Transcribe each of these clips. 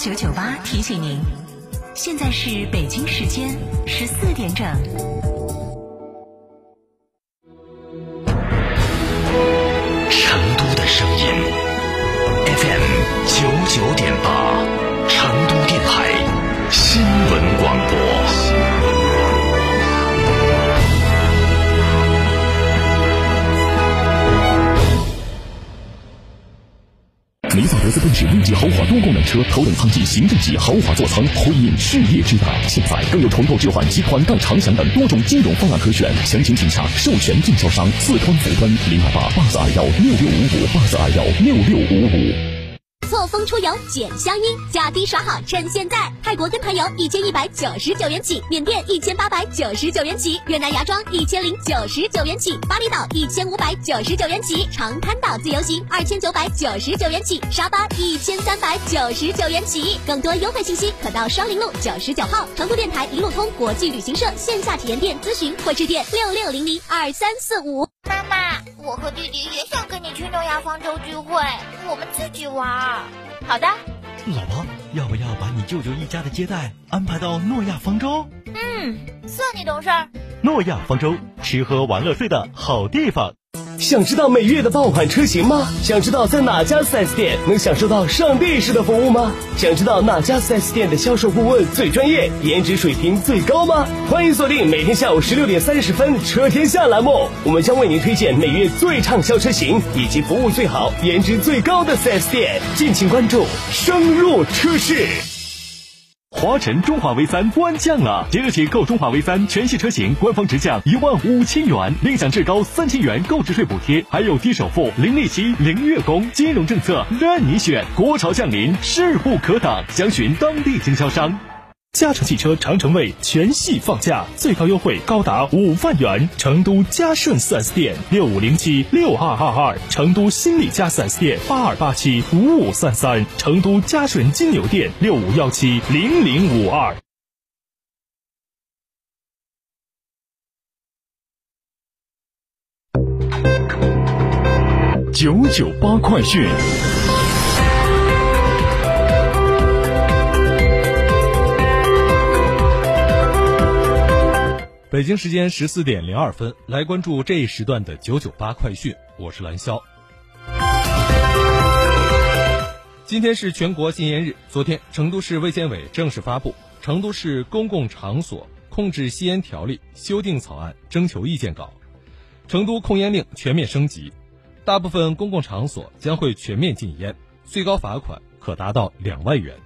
998提醒您，现在是北京时间14点整。 成都的声音 FM99.8，成都电台新闻广播。 梅赛德斯奔驰 V 级豪华多功能车，头等舱级、行政级豪华座舱，辉映事业之大。现在更有重构置换、集团杠长享等多种金融方案可选，详情请洽授权经销商四川福奔0288421665584216655。 错峰出游捡香音，价低耍好趁现在！泰国跟团游1199元起，缅甸1899元起，越南芽庄1099元起，巴厘岛1599元起，长滩岛自由行2999元起，沙巴1399元起。更多优惠信息可到双林路99号成都电台一路通国际旅行社线下体验店咨询或致电66002345。 妈妈，我和弟弟也想跟你去诺亚方舟聚会，我们自己玩。 好的。 老婆，要不要把你舅舅一家的接待安排到诺亚方舟？ 算你懂事儿。 诺亚方舟，吃喝玩乐睡的好地方。 想知道每月的爆款车型吗？想知道在哪家 4S 店能享受到上帝式的服务吗？想知道哪家 4S 店的销售顾问最专业，颜值水平最高吗？欢迎锁定每天下午16点30分车天下栏目，我们将为您推荐每月最畅销车型以及服务最好、颜值最高的 4S 店，敬请关注深入车市。 华晨中华 V3 官降了，即日起购中华 V3 全系车型官方直降15000元，另享至高3000元购置税补贴，还有低首付、零利息、零月供，金融政策任你选。国潮降临，势不可挡，详询当地经销商。 嘉诚汽车长城卫全系放假，最高优惠高达5万元。成都嘉顺 4S 店65076222，成都新力嘉 4S 店82875533，成都嘉顺金牛店65170052。998快讯。 北京时间14点02分，来关注这一时段的998快讯，我是蓝霄。今天是全国禁烟日，昨天成都市卫健委正式发布《成都市公共场所控制吸烟条例》修订草案征求意见稿，成都控烟令全面升级，大部分公共场所将会全面禁烟，最高罚款可达到2万元。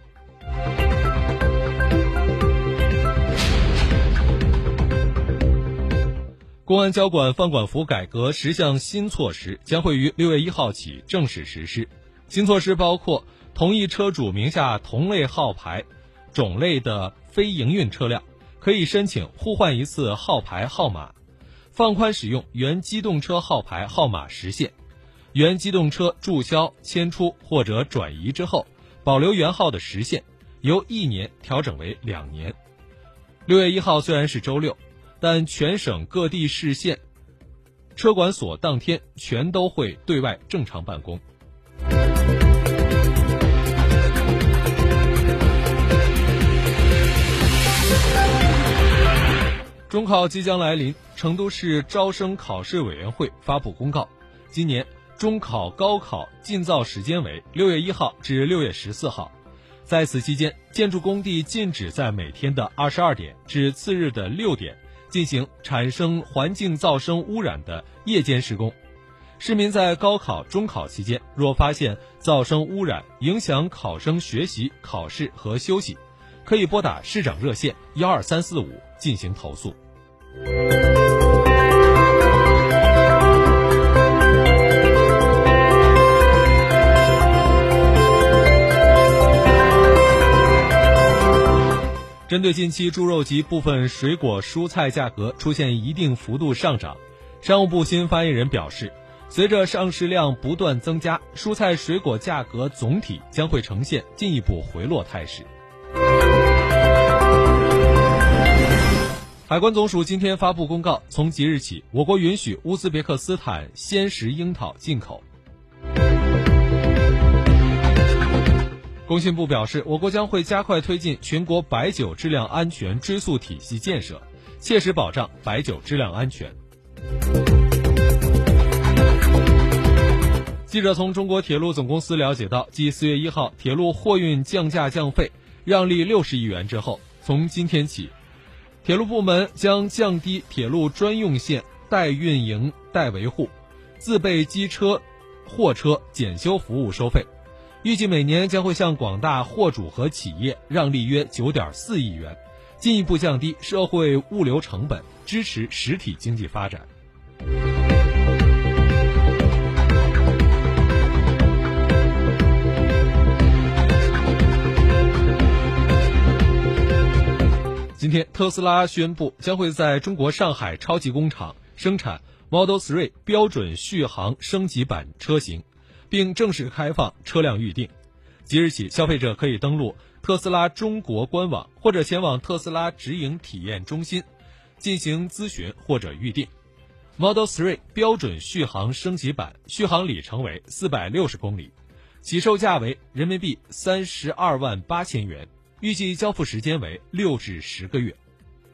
公安交管放管服改革10项新措施将会于6月1号起正式实施。新措施包括同一车主名下同类号牌种类的非营运车辆可以申请互换一次号牌号码，放宽使用原机动车号牌号码时限，原机动车注销、迁出或者转移之后，保留原号的时限由1年调整为2年。6月1号虽然是周六，但全省各地市县车管所当天全都会对外正常办公。中考即将来临，成都市招生考试委员会发布公告，今年中考、高考禁造时间为6月1号至6月14号。在此期间，建筑工地禁止在每天的22点至次日的6点进行产生环境噪声污染的夜间施工。市民在高考、中考期间若发现噪声污染影响考生学习、考试和休息，可以拨打市长热线12345进行投诉。针对近期猪肉及部分水果蔬菜价格出现一定幅度上涨，商务部新发言人表示，随着上市量不断增加，蔬菜水果价格总体将会呈现进一步回落态势。海关总署今天发布公告，从即日起，我国允许乌兹别克斯坦鲜食樱桃进口。 工信部表示，我国将会加快推进全国白酒质量安全追溯体系建设，切实保障白酒质量安全。记者从中国铁路总公司了解到，继4月1号铁路货运降价降费让利60亿元之后，从今天起，铁路部门将降低铁路专用线代运营、代维护、自备机车、货车检修服务收费，预计每年将会向广大货主和企业让利约9.4亿元，进一步降低社会物流成本，支持实体经济发展。今天，特斯拉宣布将会在中国上海超级工厂生产 Model 3标准续航升级版车型，并正式开放车辆预订。即日起，消费者可以登录特斯拉中国官网或者前往特斯拉直营体验中心进行咨询或者预订。Model 3标准续航升级版续航里程为460公里，起售价为人民币32万8千元，预计交付时间为6至10个月。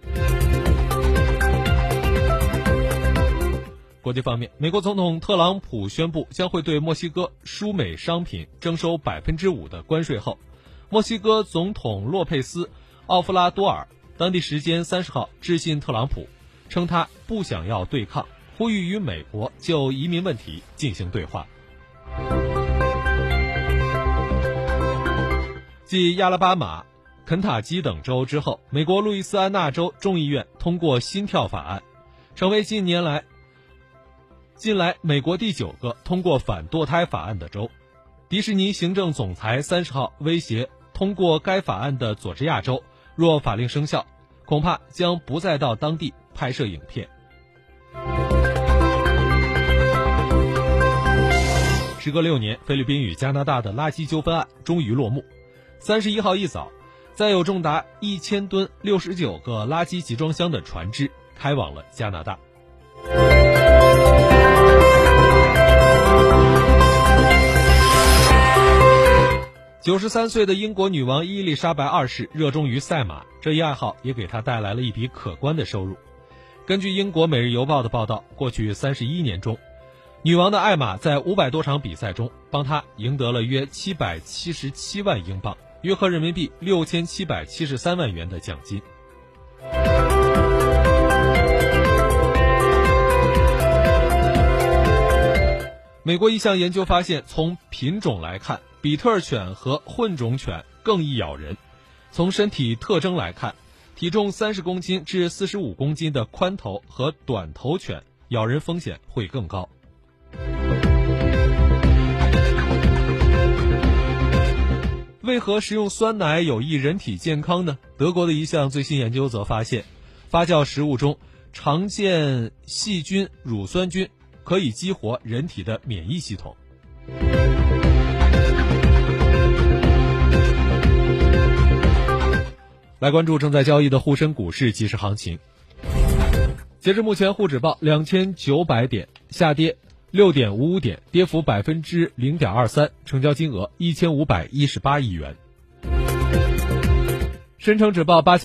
国际方面，美国总统特朗普宣布将会对墨西哥输美商品征收5%的关税后，墨西哥总统洛佩斯·奥夫拉多尔当地时间30号致信特朗普，称他不想要对抗，呼吁与美国就移民问题进行对话。继亚拉巴马、肯塔基等州之后，美国路易斯安那州众议院通过心跳法案，成为近来美国第9个通过反堕胎法案的州。迪士尼行政总裁30号威胁通过该法案的佐治亚州，若法令生效，恐怕将不再到当地拍摄影片。时隔6年，菲律宾与加拿大的垃圾纠纷案终于落幕。31号一早，载有重达1000吨69个垃圾集装箱的船只开往了加拿大。93岁的英国女王伊丽莎白2世热衷于赛马，这一爱好也给她带来了一笔可观的收入。根据英国《每日邮报》的报道，过去31年中，女王的爱马在500多场比赛中帮她赢得了约777万英镑，约合人民币6773万元的奖金。美国一项研究发现，从品种来看，比特犬和混种犬更易咬人。从身体特征来看，体重30公斤至45公斤的宽头和短头犬咬人风险会更高。为何食用酸奶有益人体健康呢？德国的一项最新研究则发现，发酵食物中常见细菌乳酸菌可以激活人体的免疫系统。来关注正在交易的沪深股市即时行情。截至目前，沪指报2900点，下跌6.55点，跌幅0.23%，成交金额1518亿元。深成指报